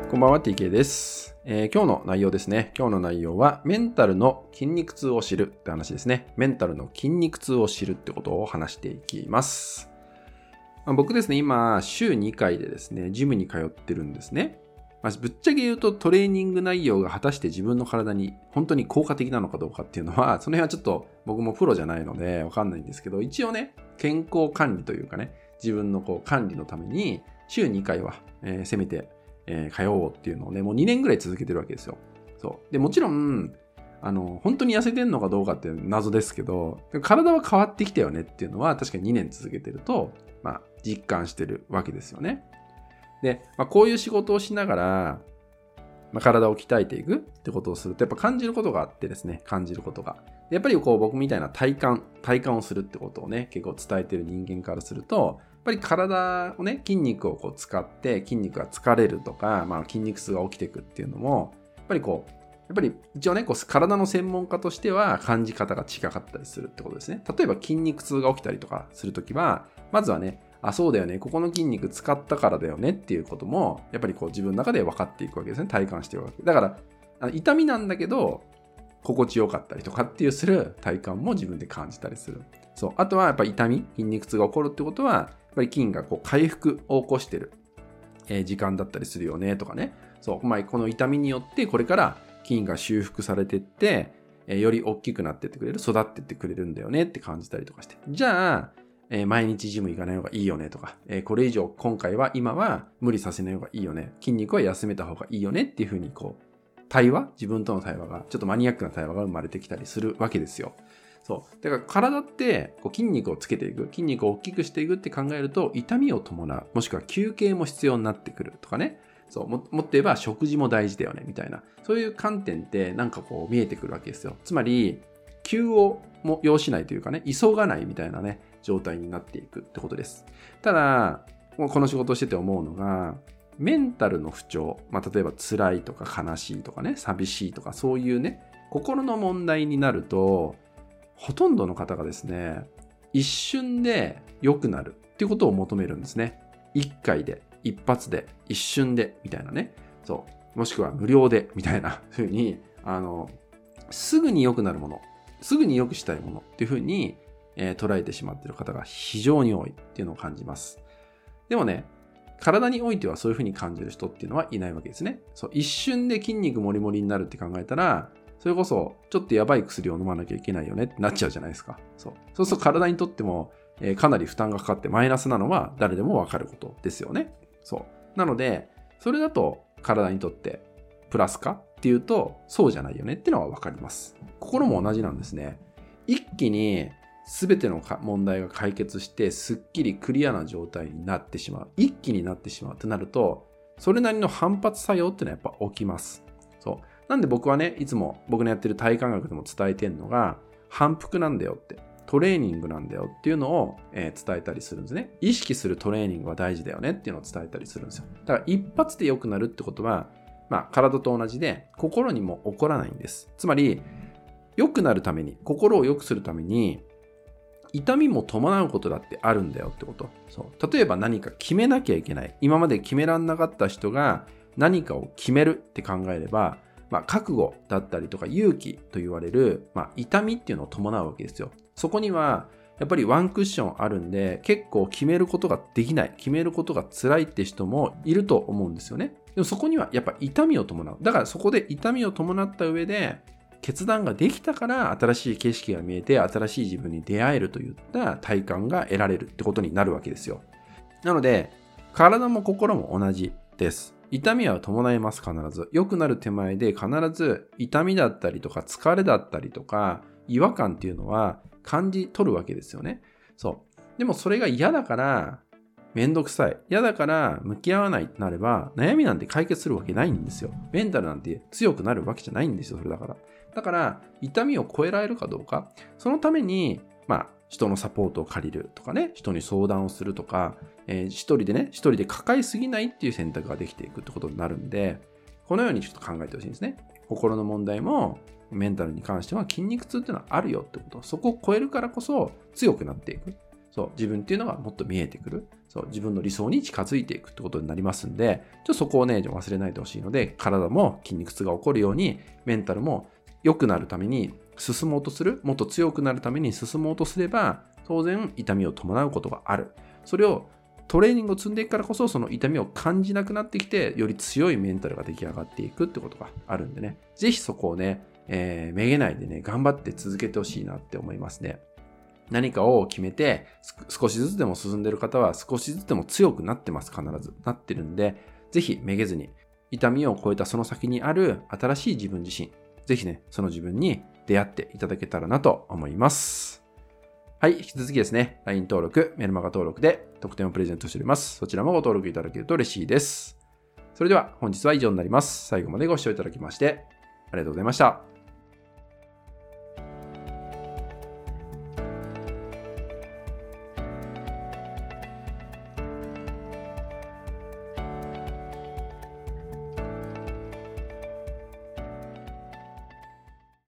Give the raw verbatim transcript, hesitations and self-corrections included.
こんばんは、ティーケー です、えー。今日の内容ですね。今日の内容はメンタルの筋肉痛を知るって話ですね。メンタルの筋肉痛を知るってことを話していきます。まあ、僕ですね、今、週にかいでですね、ジムに通ってるんですね。まあ、ぶっちゃけ言うとトレーニング内容が果たして自分の体に本当に効果的なのかどうかっていうのは、その辺はちょっと僕もプロじゃないのでわかんないんですけど、一応ね、健康管理というかね、自分のこう管理のために週にかいは、えー、せめてえー、通おうっていうのをね、もうにねんぐらい続けてるわけですよ。そう。で、もちろん、あの、本当に痩せてんのかどうかって謎ですけど、体は変わってきたよねっていうのは確かににねん続けてると、まあ、実感してるわけですよね。で、まあ、こういう仕事をしながら、まあ、体を鍛えていくってことをすると、やっぱ感じることがあってですね、感じることが。やっぱりこう僕みたいな体感、体感をするってことをね、結構伝えてる人間からすると、やっぱり体をね、筋肉をこう使って筋肉が疲れるとか、まあ筋肉痛が起きていくっていうのも、やっぱりこう、やっぱり一応ね、こう体の専門家としては感じ方が違かったりするってことですね。例えば筋肉痛が起きたりとかするときは、まずはね、あ、そうだよね、ここの筋肉使ったからだよねっていうことも、やっぱりこう自分の中で分かっていくわけですね。体感していくわけ。だから、あの痛みなんだけど、心地よかったりとかっていうする体感も自分で感じたりする。そう。あとはやっぱり痛み、筋肉痛が起こるってことは、やっぱり筋がこう回復を起こしてる、えー、時間だったりするよねとかね。そう。まあ、この痛みによってこれから筋が修復されていって、えー、より大きくなってってくれる、育ってってくれるんだよねって感じたりとかして。じゃあ、えー、毎日ジム行かない方がいいよねとか、えー、これ以上今回は今は無理させない方がいいよね。筋肉は休めた方がいいよねっていうふうにこう、対話、自分との対話が、ちょっとマニアックな対話が生まれてきたりするわけですよ。そう。だから体ってこう筋肉をつけていく、筋肉を大きくしていくって考えると、痛みを伴う、もしくは休憩も必要になってくるとかね。そう、も、もっと言えば食事も大事だよね、みたいな。そういう観点ってなんかこう見えてくるわけですよ。つまり、急をも要しないというかね、急がないみたいなね、状態になっていくってことです。ただ、この仕事をしてて思うのが、メンタルの不調、まあ、例えば辛いとか悲しいとかね、寂しいとかそういうね、心の問題になると、ほとんどの方がですね、一瞬で良くなるっていうことを求めるんですね。一回で、一発で、一瞬で、みたいなね。そう。もしくは無料で、みたいな風に、あの、すぐに良くなるもの、すぐに良くしたいものっていう風に、えー、捉えてしまっている方が非常に多いっていうのを感じます。でもね、体においてはそういう風に感じる人っていうのはいないわけですね。そう、一瞬で筋肉もりもりになるって考えたら、それこそちょっとやばい薬を飲まなきゃいけないよねってなっちゃうじゃないですか。そう。そうすると体にとっても、えー、かなり負担がかかってマイナスなのは誰でもわかることですよね。そう。なので、それだと体にとってプラスかっていうと、そうじゃないよねっていうのはわかります。心も同じなんですね。一気に全ての問題が解決してすっきりクリアな状態になってしまう。一気になってしまうってなると、それなりの反発作用っていうのはやっぱ起きます。そう。なんで僕はね、いつも僕のやってる体感学でも伝えてるのが、反復なんだよって、トレーニングなんだよっていうのを、えー、伝えたりするんですね。意識するトレーニングは大事だよねっていうのを伝えたりするんですよ。だから一発で良くなるってことは、まあ体と同じで心にも起こらないんです。つまり、良くなるために、心を良くするために、痛みも伴うことだってあるんだよってこと。そう。例えば何か決めなきゃいけない。今まで決めらんなかった人が何かを決めるって考えれば、まあ、覚悟だったりとか勇気と言われる、まあ、痛みっていうのを伴うわけですよ。そこにはやっぱりワンクッションあるんで、結構決めることができない、決めることが辛いって人もいると思うんですよね。でもそこにはやっぱ痛みを伴う。だからそこで痛みを伴った上で決断ができたから新しい景色が見えて新しい自分に出会えるといった体感が得られるってことになるわけですよ。なので体も心も同じです。痛みは伴います。必ず。良くなる手前で必ず痛みだったりとか疲れだったりとか違和感っていうのは感じ取るわけですよね。そう。でもそれが嫌だからめんどくさい。嫌だから向き合わないとなれば悩みなんて解決するわけないんですよ。メンタルなんて強くなるわけじゃないんですよ。それだから。だから痛みを超えられるかどうか。そのためにまあ人のサポートを借りるとかね、人に相談をするとか、えー、一人でね、一人で抱えすぎないっていう選択ができていくってことになるんで、このようにちょっと考えてほしいんですね。心の問題もメンタルに関しては筋肉痛っていうのはあるよってこと。そこを超えるからこそ強くなっていく。 そう自分っていうのがもっと見えてくる。そう自分の理想に近づいていくってことになりますんで、ちょっとそこをね、忘れないでほしいので、体も筋肉痛が起こるように、メンタルも良くなるために進もうとする、もっと強くなるために進もうとすれば、当然痛みを伴うことがある。それをトレーニングを積んでいくからこそ、その痛みを感じなくなってきて、より強いメンタルが出来上がっていくってことがあるんでね。ぜひそこをね、えー、めげないでね、頑張って続けてほしいなって思いますね。何かを決めて、少しずつでも進んでいる方は少しずつでも強くなってます。必ず。なってるんで、ぜひめげずに、痛みを超えたその先にある新しい自分自身、ぜひね、その自分に出会っていただけたらなと思います。はい、引き続きですね、ライン 登録、メルマガ登録で特典をプレゼントしております。そちらもご登録いただけると嬉しいです。それでは本日は以上になります。最後までご視聴いただきましてありがとうございました。